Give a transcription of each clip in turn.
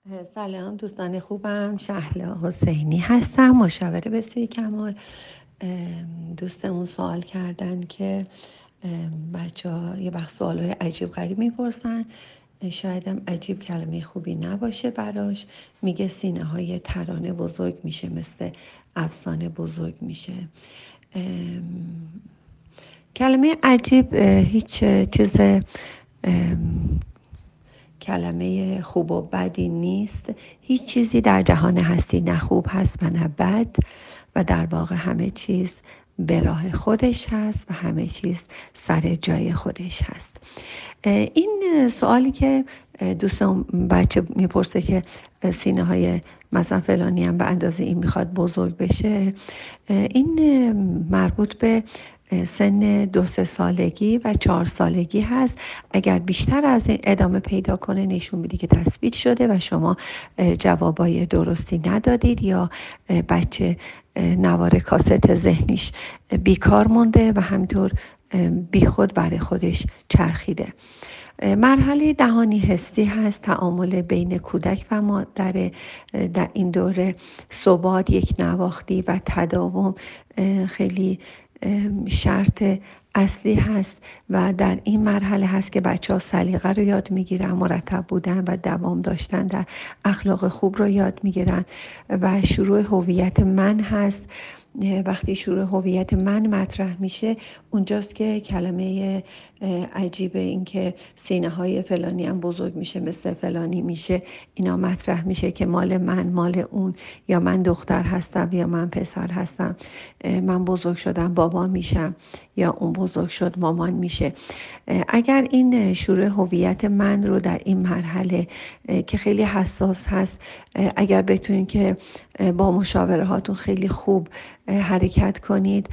سلام دوستان خوبم، شهلا حسینی هستم، مشاور بسیار کمال. دوستمون سوال کردن که بچه ها یه وقت سوالای عجیب غریب میپرسن، شاید هم عجیب کلمه خوبی نباشه براش. میگه سینه های ترانه بزرگ میشه، مثل افسانه بزرگ میشه. کلمه عجیب هیچ چیز کلمه خوب و بدی نیست. هیچ چیزی در جهان هستی نه خوب هست و نه بد، و در واقع همه چیز به راه خودش هست و همه چیز سر جای خودش هست. این سوالی که دوستم بچه میپرسه که سینه های مثلا فلانی هم به اندازه این میخواد بزرگ بشه، این مربوط به سن 2-3 سالگی و 4 سالگی هست. اگر بیشتر از این ادامه پیدا کنه نشون میده که تثبیت شده و شما جوابای درستی ندادید، یا بچه نوار کاست ذهنیش بیکار مونده و همینطور بیخود برای خودش چرخیده. مرحله دهانی حسی هست، تعامل بین کودک و مادر. در این دوره ثبات، یک نواختی و تداوم خیلی شرط اصلی هست و در این مرحله هست که بچه‌ها سلیقه رو یاد میگیرن، مرتب بودن و دوام داشتن در اخلاق خوب رو یاد میگیرن و شروع هویت من هست. وقتی شروع هویت من مطرح میشه، اونجاست که کلمه عجیبه این که سینه های فلانی هم بزرگ میشه مثل فلانی میشه، اینا مطرح میشه که مال من، مال اون، یا من دختر هستم یا من پسر هستم، من بزرگ شدم بابا میشم یا اون بزرگ شد مامان میشه. اگر این شروع هویت من رو در این مرحله که خیلی حساس هست، اگر بتونید که با مشاوره هاتون خیلی خوب حرکت کنید،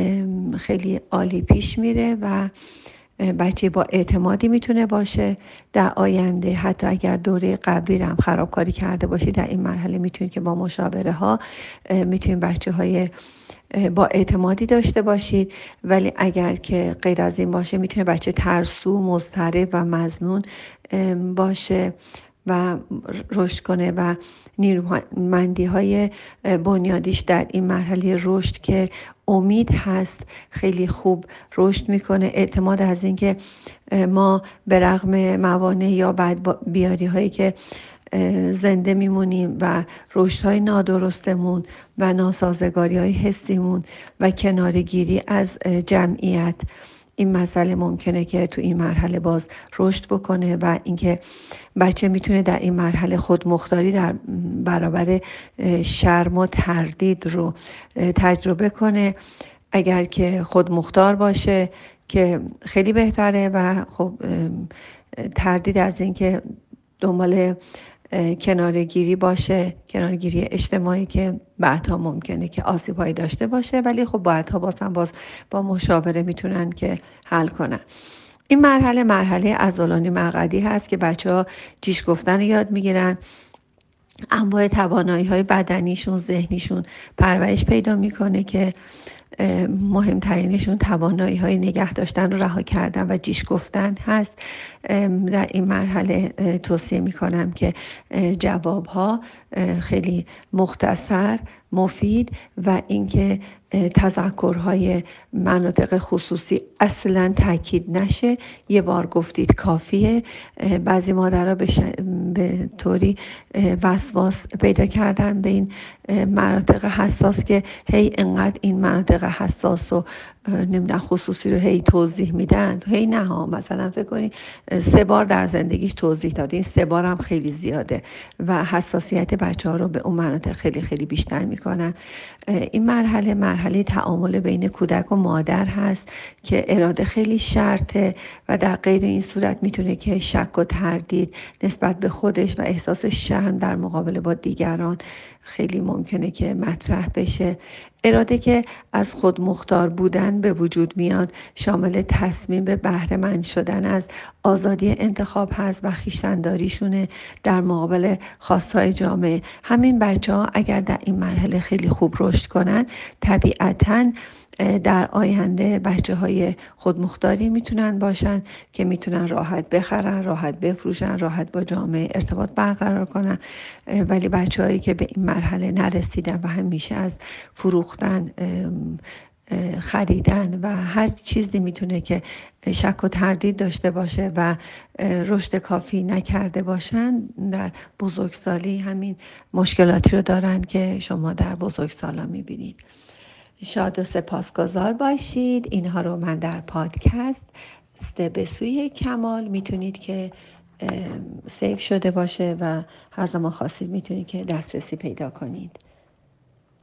خیلی عالی پیش میره و بچه با اعتمادی میتونه باشه در آینده. حتی اگر دوره قبلی رو هم خرابکاری کرده باشید، در این مرحله میتونید که با مشاوره ها میتونید بچه های با اعتمادی داشته باشید. ولی اگر که غیر از این باشه، میتونه بچه ترسو، مضطرب و مظنون باشه و رشد کنه و نیرومندی های بنیادیش در این مرحله رشد که امید هست خیلی خوب رشد میکنه. اعتماد از این که ما به رغم موانع یا بدبیاری هایی که زنده میمونیم و رشدهای نادرستمون و ناسازگاری های حسیمون و کنارگیری از جمعیت، این مسئله ممکنه که تو این مرحله باز رشد بکنه و اینکه بچه میتونه در این مرحله خودمختاری در برابر شرم و تردید رو تجربه کنه. اگر که خودمختار باشه که خیلی بهتره، و خب تردید از اینکه دنبال کنارگیری باشه، کنارگیری اجتماعی که بعدها ممکنه که آسیب‌هایی داشته باشه، ولی خب بعدها باز با مشاوره میتونن که حل کنن. این مرحله عضلانی مقعدی هست که بچه‌ها جیش گفتن یاد میگیرن، انواع توانایی‌های بدنیشون، ذهنیشون پرورش پیدا میکنه که مهمترینشون توانایی‌های نگه داشتن و رها کردن و جیش گفتن هست. در این مرحله توصیه میکنم که جوابها خیلی مختصر، مفید و اینکه تذکرهای مناطق خصوصی اصلا تاکید نشه. یه بار گفتید کافیه. بعضی مادرها به طوری وسواس پیدا کردن به این مناطق حساس که هی انقدر این مناطق حساس و نمیدونم خصوصی رو هی توضیح میدن. هی نه ها، مثلا فکر کنی 3 بار در زندگیش توضیح داد، این 3 بار هم خیلی زیاده و حساسیت بچه ها رو به اون مناطق خیلی خیلی بیشتر میکنن. این مرحله تعامل بین کودک و مادر هست که اراده خیلی شرطه و در غیر این صورت میتونه که شک و تردید نسبت به خودش و احساس شرم در مقابله با دیگران خیلی ممکنه که مطرح بشه. اراده که از خود مختار بودن به وجود میاد، شامل تصمیم به بهره مند شدن از آزادی انتخاب هست و خویشتن‌داریشونه در مقابل خواستهای جامعه. همین بچه‌ها اگر در این مرحله خیلی خوب رشد کنن، طبیعتاً در آینده بچه های خودمختاری میتونن باشن که میتونن راحت بخرن، راحت بفروشن، راحت با جامعه ارتباط برقرار کنن. ولی بچه هایی که به این مرحله نرسیدن و همیشه از فروختن، خریدن و هر چیزی میتونه که شک و تردید داشته باشه و رشد کافی نکرده باشن، در بزرگسالی همین مشکلاتی رو دارن که شما در بزرگسالا میبینید. شاد و سپاسگزار باشید. اینها رو من در پادکست به سوی کمال میتونید که سیو شده باشه و هر زمان خواستید میتونید که دسترسی پیدا کنید.